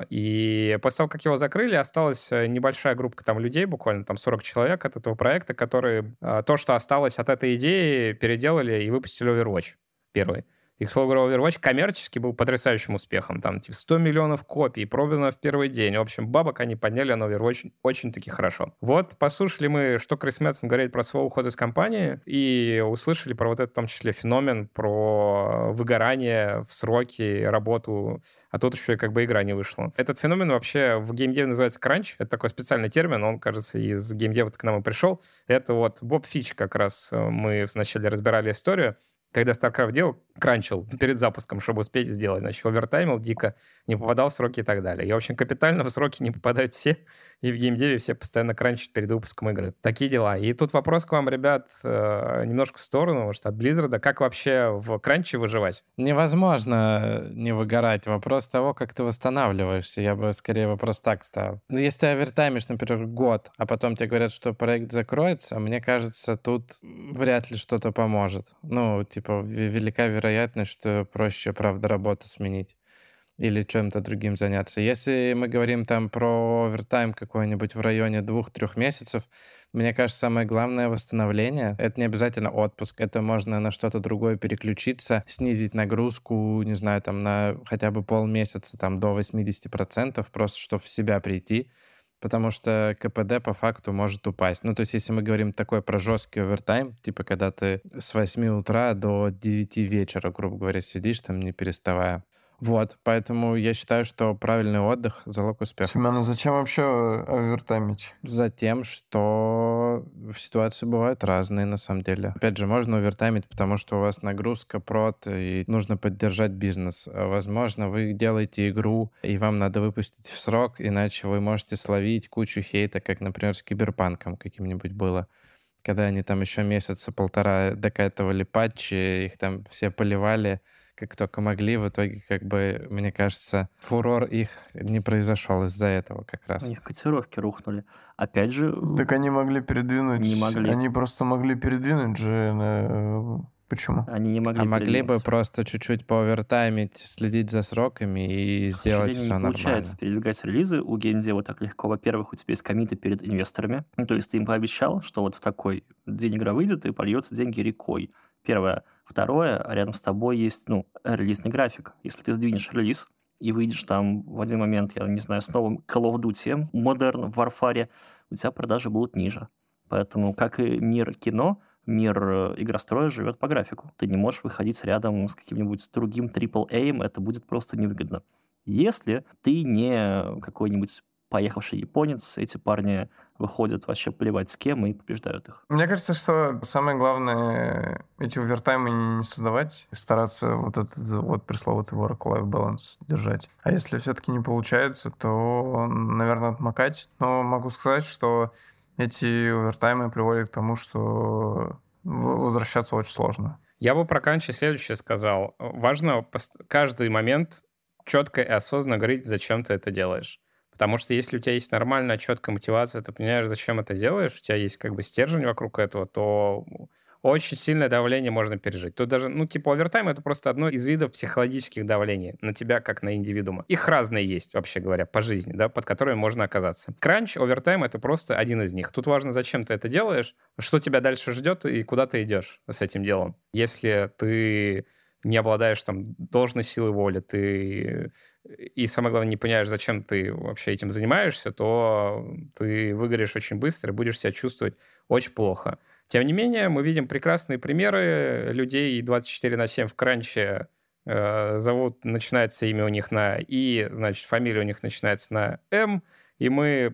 И после того, как его закрыли, осталась небольшая группа там людей, буквально там сорок человек от этого проекта, которые то, что осталось от этой идеи, переделали и выпустили Overwatch первый. И, к слову говоря, Overwatch коммерчески был потрясающим успехом. Там типа сто миллионов копий, продано в первый день. В общем, бабок они подняли на Overwatch очень-таки хорошо. Вот послушали мы, что Крис Медсон говорит про свой уход из компании, и услышали про вот этот, в том числе, феномен, про выгорание в сроки, работу, а тут еще и как бы игра не вышла. Этот феномен вообще в геймдеве называется кранч. Это такой специальный термин, он, кажется, из геймдева к нам и пришел. Это вот Боб Фич как раз, мы вначале разбирали историю, когда StarCraft делал, кранчил перед запуском, чтобы успеть сделать. Значит, овертаймил дико, не попадал в сроки и так далее. И, в общем, капитально в сроки не попадают все, и в геймдеве все постоянно кранчат перед выпуском игры. Такие дела. И тут вопрос к вам, ребят, немножко в сторону, может, от Blizzard. Как вообще в кранче выживать? Невозможно не выгорать. Вопрос того, как ты восстанавливаешься. Я бы скорее вопрос так ставил. Ну, если ты овертаймишь, например, год, а потом тебе говорят, что проект закроется, мне кажется, тут вряд ли что-то поможет. Ну, типа, велика вероятность, что проще, правда, работу сменить или чем-то другим заняться. Если мы говорим там про овертайм какой-нибудь в районе двух-трех месяцев, мне кажется, самое главное — восстановление. Это не обязательно отпуск, это можно на что-то другое переключиться, снизить нагрузку, не знаю, там на хотя бы полмесяца, там до восемьдесят процентов, просто чтобы в себя прийти. Потому что ка пэ дэ по факту может упасть. Ну, то есть, если мы говорим такой про жесткий овертайм, типа, когда ты с восьми утра до девяти вечера, грубо говоря, сидишь там, не переставая. Вот, поэтому я считаю, что правильный отдых — залог успеха. Семен, а зачем вообще овертаймить? Затем, что ситуации бывают разные, на самом деле. Опять же, можно овертаймить, потому что у вас нагрузка, прод, и нужно поддержать бизнес. Возможно, вы делаете игру, и вам надо выпустить в срок, иначе вы можете словить кучу хейта, как, например, с Киберпанком каким-нибудь было. Когда они там еще месяца полтора докатывали патчи, их там все поливали, как только могли. В итоге, как бы, мне кажется, фурор их не произошел из-за этого как раз. У них котировки рухнули. Опять же... Так они могли передвинуть... Не могли. Они просто могли передвинуть же на Почему? Они не могли А могли бы передвинуться. просто чуть-чуть поовертаймить, следить за сроками и К сделать сожалению, все не получается нормально. передвигать релизы у геймдева так легко. Во-первых, у тебя есть коммиты перед инвесторами. Ну, то есть ты им пообещал, что вот в такой день игра выйдет, и польется деньги рекой. Первое. Второе, рядом с тобой есть, ну, релизный график. Если ты сдвинешь релиз и выйдешь там в один момент, я не знаю, с новым Call of Duty, Modern Warfare, у тебя продажи будут ниже. Поэтому, как и мир кино, мир э, игростроя живет по графику. Ты не можешь выходить рядом с каким-нибудь другим трипл эй, это будет просто невыгодно. Если ты не какой-нибудь поехавший японец, эти парни выходят вообще плевать с кем и побеждают их. Мне кажется, что самое главное эти овертаймы не создавать, стараться вот этот вот пресловутый work-life balance держать. А если все-таки не получается, то, наверное, отмокать. Но могу сказать, что эти овертаймы приводят к тому, что возвращаться очень сложно. Я бы про кранчи следующее сказал. Важно пост- каждый момент четко и осознанно говорить, зачем ты это делаешь. Потому что если у тебя есть нормальная, четкая мотивация, ты понимаешь, зачем это делаешь, у тебя есть как бы стержень вокруг этого, то очень сильное давление можно пережить. Тут даже, ну, типа, овертайм — это просто одно из видов психологических давлений на тебя, как на индивидуума. Их разные есть, вообще говоря, по жизни, да, под которыми можно оказаться. Кранч, овертайм — это просто один из них. Тут важно, зачем ты это делаешь, что тебя дальше ждет и куда ты идешь с этим делом. Если ты не обладаешь там должной силой воли, ты и, самое главное, не понимаешь, зачем ты вообще этим занимаешься, то ты выгоришь очень быстро и будешь себя чувствовать очень плохо. Тем не менее, мы видим прекрасные примеры людей двадцать четыре на семь в кранче. Э, зовут, начинается имя у них на И, значит, фамилия у них начинается на М. И мы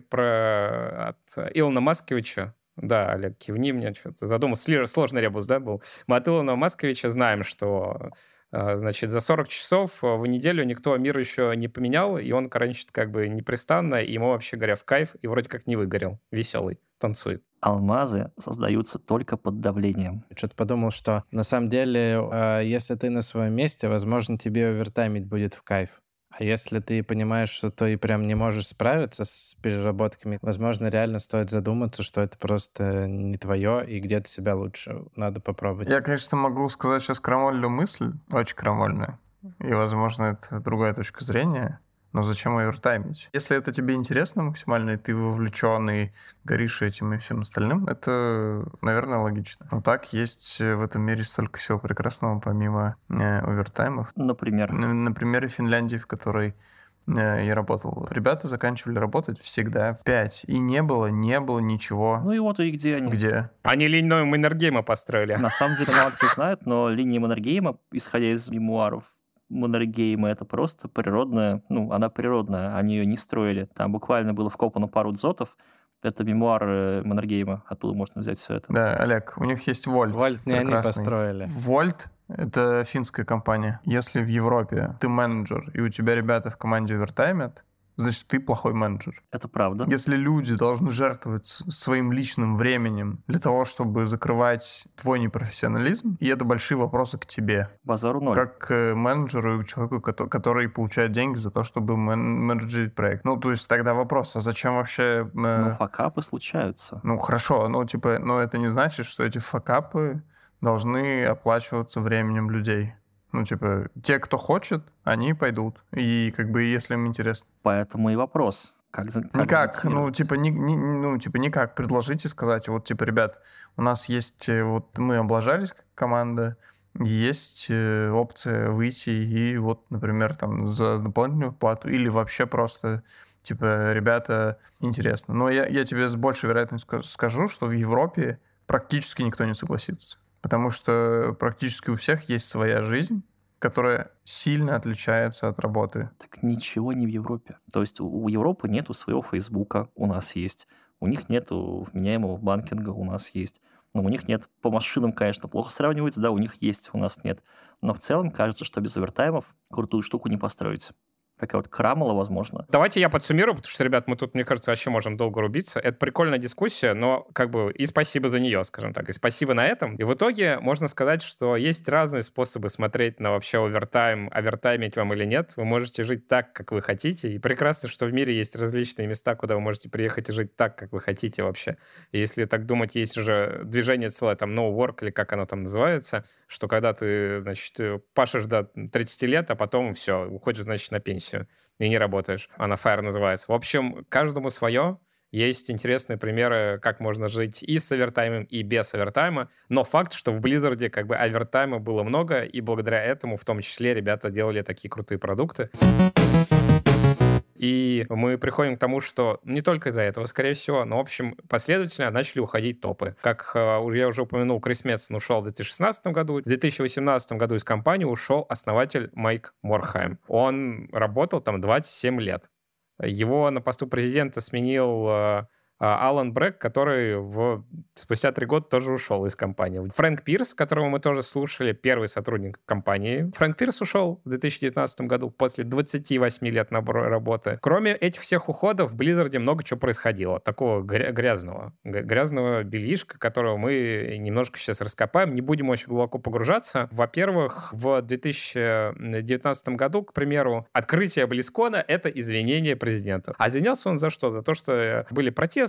про от Илона Масковича, да, Олег, кивни мне, что-то задумал. Сложный ребус, да, был. Мы от Илона Масковича знаем, что, значит, за сорок часов в неделю никто мир еще не поменял, и он кранчит как бы непрестанно, и ему, вообще говоря, в кайф, и вроде как не выгорел. Веселый, танцует. Алмазы создаются только под давлением. Что-то подумал, что на самом деле, если ты на своем месте, возможно, тебе овертаймить будет в кайф. А если ты понимаешь, что ты прям не можешь справиться с переработками, возможно, реально стоит задуматься, что это просто не твое, и где-то себя лучше надо попробовать. Я, конечно, могу сказать сейчас крамольную мысль, очень крамольную, и, возможно, это другая точка зрения, но зачем овертаймить? Если это тебе интересно максимально, и ты вовлечен, и горишь этим и всем остальным, это, наверное, логично. Но так, есть в этом мире столько всего прекрасного, помимо э, овертаймов. Например? На примере Финляндии, в которой э, я работал. Ребята заканчивали работать всегда в пять, и не было, не было ничего. Ну и вот и где они? Где? Они линию Маннергейма построили. На самом деле, мало кто знает, но линия Маннергейма, исходя из мемуаров Маннергейма, это просто природная, ну, она природная, они ее не строили. Там буквально было вкопано пару дзотов. Это мемуары Маннергейма, оттуда можно взять все это. Да, Олег, у них есть Вольт. Вольт не прекрасный. Они построили. Вольт — это финская компания. Если в Европе ты менеджер, и у тебя ребята в команде овертаймят, значит, ты плохой менеджер. Это правда. Если люди должны жертвовать своим личным временем для того, чтобы закрывать твой непрофессионализм, и это большие вопросы к тебе. Базару ноль. Как к менеджеру и человеку, который получает деньги за то, чтобы менеджерить проект. Ну, то есть тогда вопрос, а зачем вообще... Ну, факапы случаются. Ну, хорошо, ну, типа, но это не значит, что эти факапы должны оплачиваться временем людей. Ну, типа, те, кто хочет, они пойдут. И, как бы, если им интересно. Поэтому и вопрос. Как, как никак, ну, типа, не, не, ну, типа, никак. Предложите сказать, вот, типа, ребят, у нас есть, вот, мы облажались как команда, есть э, опция выйти и, вот, например, там, за дополнительную плату или вообще просто, типа, ребята, интересно. Но я, я тебе с большей вероятностью скажу, что в Европе практически никто не согласится. Потому что практически у всех есть своя жизнь, которая сильно отличается от работы. Так ничего не в Европе. То есть у Европы нету своего Фейсбука, у нас есть. У них нету вменяемого банкинга, у нас есть. Но у них нет. По машинам, конечно, плохо сравнивается, да, у них есть, у нас нет. Но в целом кажется, что без овертаймов крутую штуку не построить. такая вот крамола, возможно. Давайте я подсуммирую, потому что, ребят, мы тут, мне кажется, вообще можем долго рубиться. Это прикольная дискуссия, но как бы и спасибо за нее, скажем так, и спасибо на этом. И в итоге можно сказать, что есть разные способы смотреть на вообще овертайм, овертаймить вам или нет. Вы можете жить так, как вы хотите, и прекрасно, что в мире есть различные места, куда вы можете приехать и жить так, как вы хотите вообще. И если так думать, есть же движение целое, там, no work, или как оно там называется, что когда ты, значит, пашешь до тридцати лет, а потом все, уходишь, значит, на пенсию и не работаешь. Она фаер называется. В общем, каждому свое. Есть интересные примеры, как можно жить и с овертаймом, и без овертайма. Но факт, что в Blizzard как бы овертайма было много, и благодаря этому в том числе ребята делали такие крутые продукты. И мы приходим к тому, что не только из-за этого, скорее всего, но, в общем, последовательно начали уходить топы. Как э, я уже упомянул, Крис Метсон ушел в две тысячи шестнадцатом году. В две тысячи восемнадцатом году из компании ушел основатель Майк Морхайм. Он работал там двадцать семь лет. Его на посту президента сменил э, Алан Брэк, который в... спустя три года тоже ушел из компании. Фрэнк Пирс, которого мы тоже слушали, первый сотрудник компании. Фрэнк Пирс ушел в две тысячи девятнадцатом году после двадцати восьми лет работы. Кроме этих всех уходов, в Blizzard много чего происходило. Такого грязного. Грязного бельишка, которого мы немножко сейчас раскопаем. Не будем очень глубоко погружаться. Во-первых, в две тысячи девятнадцатом году, к примеру, открытие BlizzCon'а — это извинение президента. А извинялся он за что? За то, что были протесты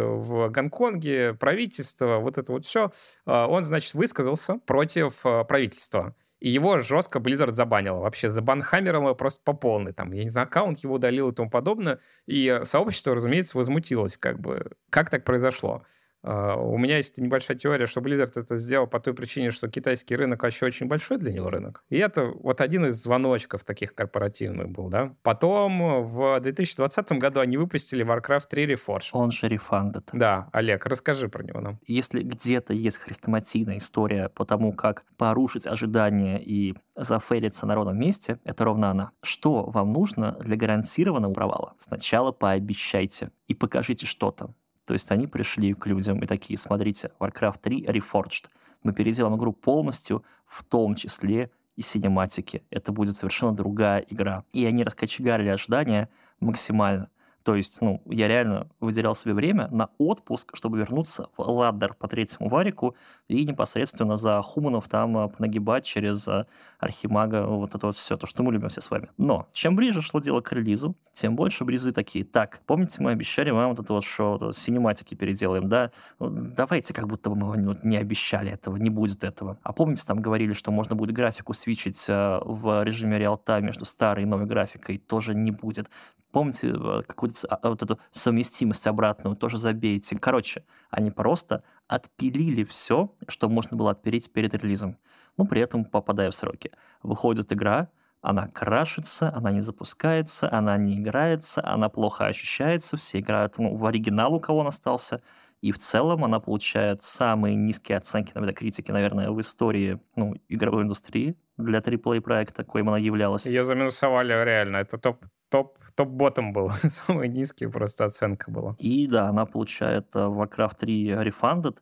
в Гонконге, правительство, вот это вот все. Он, значит, высказался против правительства. И его жестко Blizzard забанило. Вообще забанхаммерило просто по полной. Там, я не знаю, аккаунт его удалил и тому подобное. И сообщество, разумеется, возмутилось. Как бы, как так произошло? Uh, у меня есть небольшая теория, что Blizzard это сделал по той причине, что китайский рынок вообще очень большой для него рынок. И это вот один из звоночков таких корпоративных был, да. Потом в две тысячи двадцатом году они выпустили Warcraft три Reforged. Он же Refunded. Да, Олег, расскажи про него нам. Если где-то есть хрестоматийная история по тому, как порушить ожидания и зафейлиться на ровном месте, это ровно она. Что вам нужно для гарантированного провала? Сначала пообещайте и покажите что-то. То есть они пришли к людям и такие: смотрите, Warcraft три Reforged. Мы переделаем игру полностью, в том числе и синематики. Это будет совершенно другая игра. И они раскочегарили ожидания максимально. То есть, ну, я реально выделял себе время на отпуск, чтобы вернуться в ладдер по третьему варику и непосредственно за хуманов там нагибать через архимага, вот это вот все, то, что мы любим все с вами. Но чем ближе шло дело к релизу, тем больше бризы такие: так, помните, мы обещали вам вот это вот шоу, синематики переделаем, да? Давайте как будто бы мы не обещали этого, не будет этого. А помните, там говорили, что можно будет графику свитчить в режиме реал-тайм между старой и новой графикой? Тоже не будет. Помните, какую-то вот эту совместимость обратную тоже забейте. Короче, они просто отпилили все, что можно было отпилить перед релизом, но при этом попадая в сроки. Выходит игра, она крашится, она не запускается, она не играется, она плохо ощущается, все играют, ну, в оригинал, у кого он остался, и в целом она получает самые низкие оценки на Metacritic, наверное, в истории, ну, игровой индустрии для три эй проекта, коим она являлась. Ее заминусовали реально, это топ Топ, топ-ботом был, самая низкая просто оценка была. И да, она получает Warcraft три Refunded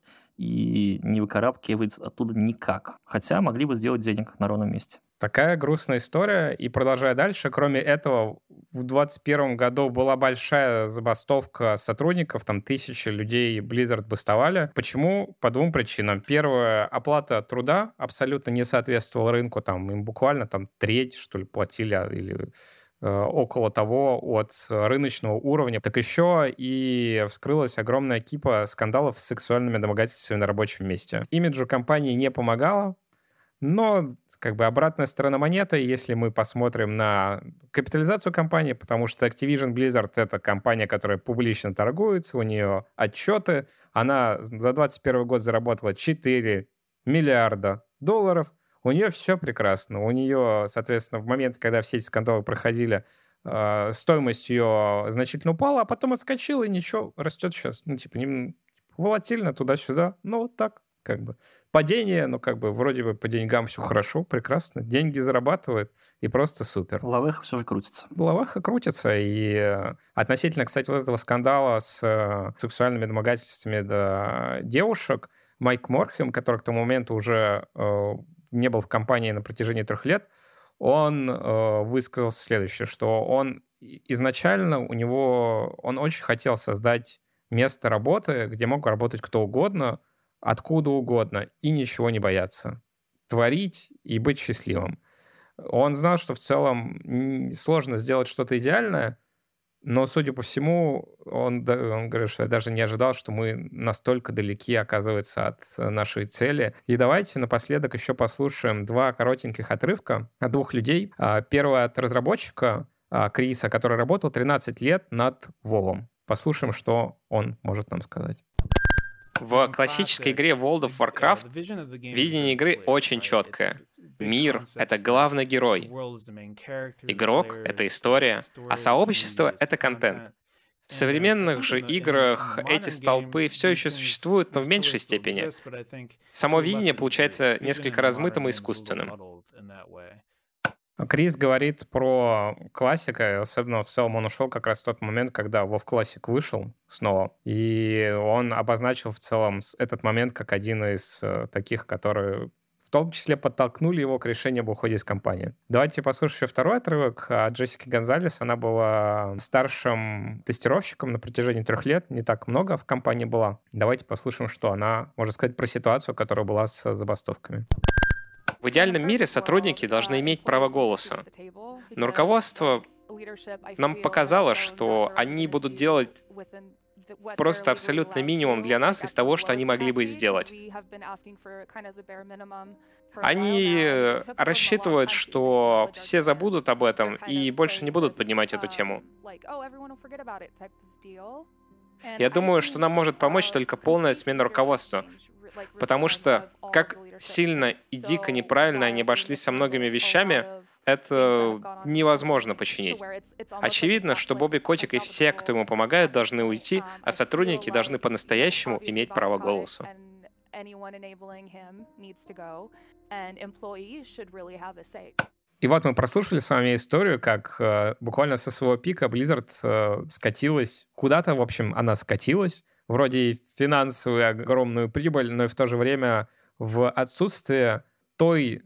и не выкарабкивается оттуда никак. Хотя могли бы сделать денег на ровном месте. Такая грустная история. И продолжая дальше, кроме этого, в двадцать первом году была большая забастовка сотрудников, там тысячи людей Blizzard бастовали. Почему? По двум причинам. Первая, оплата труда абсолютно не соответствовала рынку, там им буквально там треть, что ли, платили, или около того от рыночного уровня. Так еще и вскрылась огромная кипа скандалов с сексуальными домогательствами на рабочем месте. Имиджу компании не помогало, но как бы обратная сторона монеты, если мы посмотрим на капитализацию компании, потому что Activision Blizzard — это компания, которая публично торгуется, у нее отчеты, она за двадцать первый год заработала четыре миллиарда долларов, у нее все прекрасно. У нее, соответственно, в момент, когда все эти скандалы проходили, э, стоимость ее значительно упала, а потом отскочила, и ничего, растет сейчас. Ну, типа, не, волатильно туда-сюда. Ну, вот так, как бы. Падение, ну, как бы, вроде бы по деньгам все хорошо, прекрасно. Деньги зарабатывают, и просто супер. Лавеха все же крутится. Лавеха крутится, и э, относительно, кстати, вот этого скандала с э, сексуальными домогательствами до девушек, Майк Морхайм, который к тому моменту уже... Э, не был в компании на протяжении трех лет, он э, высказал следующее, что он изначально у него, он очень хотел создать место работы, где мог работать кто угодно, откуда угодно, и ничего не бояться. Творить и быть счастливым. Он знал, что в целом сложно сделать что-то идеальное, но, судя по всему, он, он говорит, что я даже не ожидал, что мы настолько далеки, оказывается, от нашей цели. И давайте напоследок еще послушаем два коротеньких отрывка от двух людей. Первый от разработчика Криса, который работал тринадцать лет над Вовом. Послушаем, что он может нам сказать. В классической игре World of Warcraft видение игры очень четкое. Мир — это главный герой. Игрок — это история, а сообщество — это контент. В современных же играх эти столпы все еще существуют, но в меньшей степени. Само видение получается несколько размытым и искусственным. Крис говорит про классика, особенно в целом он ушел как раз в тот момент, когда WoW Classic вышел снова, и он обозначил в целом этот момент как один из таких, которые в том числе подтолкнули его к решению об уходе из компании. Давайте послушаем еще второй отрывок от Джессики Гонзалес. Она была старшим тестировщиком на протяжении трех лет, не так много в компании была. Давайте послушаем, что она может сказать про ситуацию, которая была с забастовками. В идеальном мире сотрудники должны иметь право голоса. Но руководство нам показало, что они будут делать просто абсолютно минимум для нас из того, что они могли бы сделать. Они рассчитывают, что все забудут об этом и больше не будут поднимать эту тему. Я думаю, что нам может помочь только полная смена руководства. Потому что как сильно и дико неправильно они обошлись со многими вещами, это невозможно починить. Очевидно, что Бобби Котик и все, кто ему помогает, должны уйти, а сотрудники должны по-настоящему иметь право голоса. И вот мы прослушали с вами историю, как э, буквально со своего пика Blizzard э, скатилась куда-то, в общем, она скатилась, вроде и финансовую огромную прибыль, но и в то же время в отсутствие той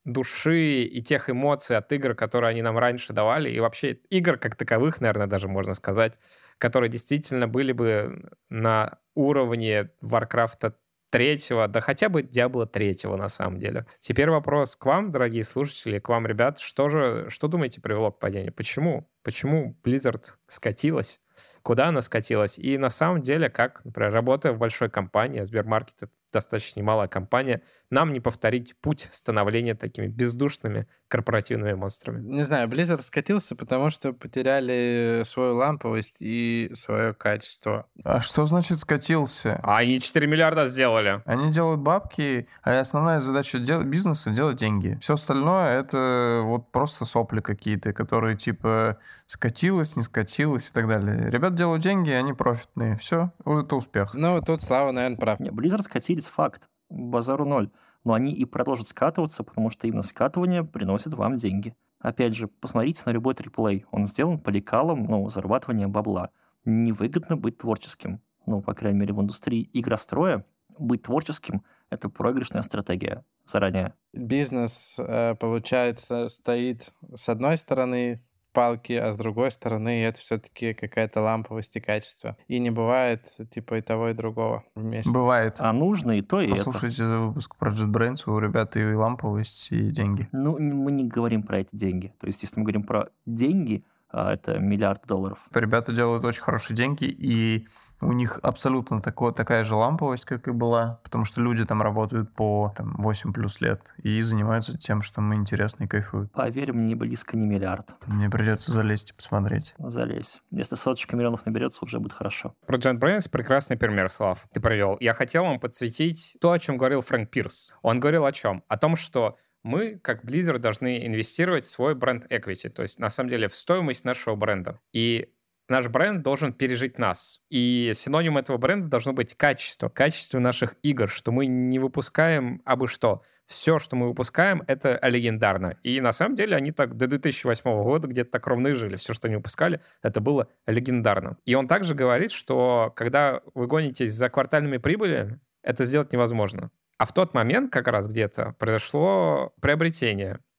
души и тех эмоций от игр, которые они нам раньше давали, и вообще игр как таковых, наверное, даже можно сказать, которые действительно были бы на уровне Warcraft третьего, да хотя бы Diablo третьего на самом деле. Теперь вопрос к вам, дорогие слушатели, к вам, ребят, что же, что думаете привело к падению? Почему? Почему Blizzard скатилась? Куда она скатилась? И на самом деле, как, например, работая в большой компании, а Сбермаркет — это достаточно немалая компания, нам не повторить путь становления такими бездушными корпоративными монстрами. Не знаю, Blizzard скатился, потому что потеряли свою ламповость и свое качество. А что значит скатился? А они четыре миллиарда сделали. Они делают бабки, а основная задача дел- бизнеса — делать деньги. Все остальное — это вот просто сопли какие-то, которые типа скатилось, не скатилось и так далее. Ребята делают деньги, они профитные. Все, это успех. Ну, тут Слава, наверное, прав. Не, Blizzard скатились, факт. Базару ноль. Но они и продолжат скатываться, потому что именно скатывание приносит вам деньги. Опять же, посмотрите на любой триплей. Он сделан по лекалам, ну, зарабатывания бабла. Невыгодно быть творческим. Ну, по крайней мере, в индустрии игростроя быть творческим — это проигрышная стратегия заранее. Бизнес, получается, стоит с одной стороны палки, а с другой стороны это все-таки какая-то ламповость и качество. И не бывает типа и того, и другого вместе. Бывает. А нужно и то, и Послушайте это. выпуск про JetBrains, у ребят и ламповость, и деньги. Ну, мы не говорим про эти деньги. То есть, если мы говорим про деньги, это миллиард долларов. Ребята делают очень хорошие деньги, и у них абсолютно такое, такая же ламповость, как и была, потому что люди там работают по там, восемь плюс лет и занимаются тем, что им интересно и кайфуют. Поверь мне, не близко не миллиард. Мне придется залезть и посмотреть. Залезь. Если соточка миллионов наберется, уже будет хорошо. Про JetBrains прекрасный пример, Слав, ты привел. Я хотел вам подсветить то, о чем говорил Фрэнк Пирс. Он говорил о чем? О том, что мы, как Blizzard, должны инвестировать в свой бренд equity, то есть, на самом деле, в стоимость нашего бренда. И наш бренд должен пережить нас. И синоним этого бренда должно быть качество. Качество наших игр, что мы не выпускаем абы что. Все, что мы выпускаем, это легендарно. И на самом деле они так до две тысячи восьмого года где-то так ровно и жили. Все, что они выпускали, это было легендарно. И он также говорит, что когда вы гонитесь за квартальными прибылями, это сделать невозможно. А в тот момент как раз где-то произошло приобретение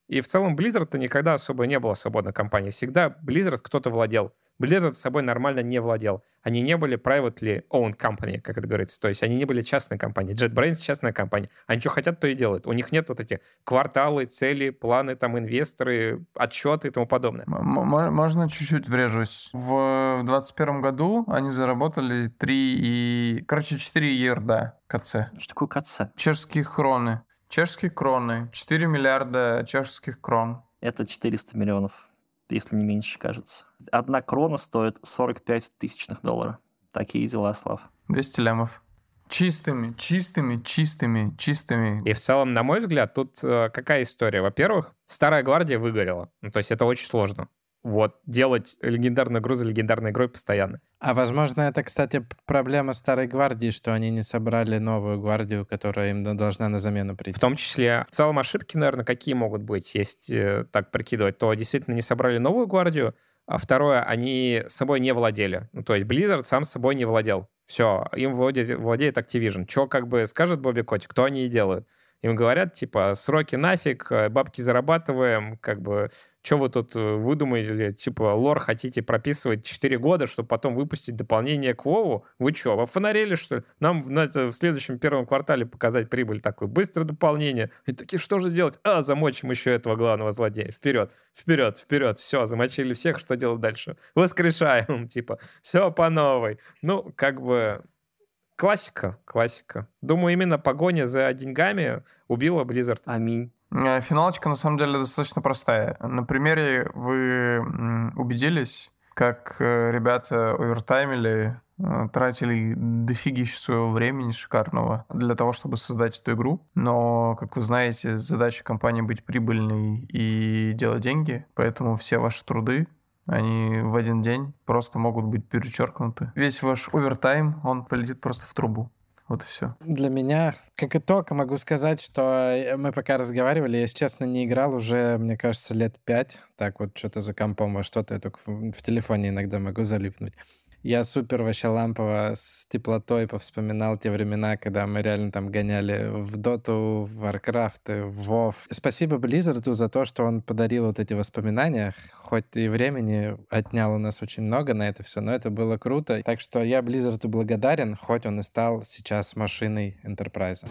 И в целом Blizzard-то никогда особо не была свободной компанией. Всегда Blizzard кто-то владел. Blizzard с собой нормально не владел. Они не были privately owned company, как это говорится. То есть они не были частной компанией. JetBrains — частная компания. Они что хотят, то и делают. У них нет вот эти кварталы, цели, планы, там, инвесторы, отчеты и тому подобное. М- можно чуть-чуть врежусь? В двадцать первом году они заработали три и... Короче, четыре ерда КЦ. Что такое КЦ? Чешские кроны. Чешские кроны. четыре миллиарда чешских крон. Это четыреста миллионов. Если не меньше, кажется. Одна крона стоит сорок пять тысячных долларов. Такие дела, Слав. двести лямов. Чистыми, чистыми, чистыми, чистыми. И в целом, на мой взгляд, тут э, какая история? Во-первых, Старая Гвардия выгорела. Ну, то есть это очень сложно. Вот, делать легендарную игру за легендарной игрой постоянно. А возможно, это, кстати, проблема Старой Гвардии, что они не собрали новую гвардию, которая им должна на замену прийти. В том числе, в целом ошибки, наверное, какие могут быть, если так прикидывать, то действительно не собрали новую гвардию, а второе, они собой не владели. Ну, то есть Blizzard сам собой не владел. Все, им владеет, владеет Activision. Что как бы скажет Бобби Котик, то они и делают. Им говорят, типа, сроки нафиг, бабки зарабатываем, как бы, что вы тут выдумали, типа, лор хотите прописывать четыре года, чтобы потом выпустить дополнение к Вову? Вы что, вы фонарели, что ли? Нам в следующем первом квартале показать прибыль такой, быстрое дополнение. И такие, что же делать? А, замочим еще этого главного злодея. Вперед, вперед, вперед, все, замочили всех, что делать дальше? Воскрешаем, типа, все по новой. Ну, как бы... Классика, классика. Думаю, именно погоня за деньгами убила Blizzard. Аминь. Финалочка, на самом деле, достаточно простая. На примере вы убедились, как ребята овертаймили, тратили дофигища своего времени шикарного для того, чтобы создать эту игру. Но, как вы знаете, задача компании быть прибыльной и делать деньги, поэтому все ваши труды, они в один день просто могут быть перечеркнуты. Весь ваш овертайм, он полетит просто в трубу. Вот и все. Для меня, как итог, могу сказать, что мы пока разговаривали, я, если честно, не играл уже, мне кажется, лет пять. Так вот, что-то за компом, во что-то я только в, в телефоне иногда могу залипнуть. Я супер вообще лампово с теплотой повспоминал те времена, когда мы реально там гоняли в Доту, в Warcraft, в WoW. Спасибо Blizzard за то, что он подарил вот эти воспоминания. Хоть и времени отнял у нас очень много на это все, но это было круто. Так что я Blizzard благодарен, хоть он и стал сейчас машиной Enterprise.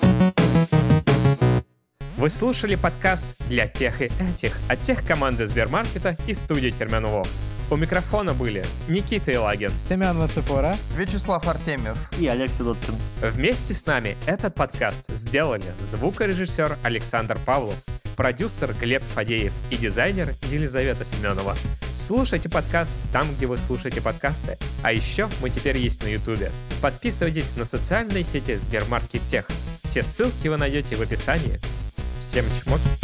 Вы слушали подкаст «Для тех и этих» от техкоманды Сбермаркета и студии Терминвокс. У микрофона были Никита Илагин, Семен Вацепора, Вячеслав Артемьев и Олег Федоткин. Вместе с нами этот подкаст сделали звукорежиссер Александр Павлов, продюсер Глеб Фадеев и дизайнер Елизавета Семенова. Слушайте подкаст там, где вы слушаете подкасты. А еще мы теперь есть на Ютубе. Подписывайтесь на социальные сети Сбермаркет Тех. Все ссылки вы найдете в описании. Всем чмоки.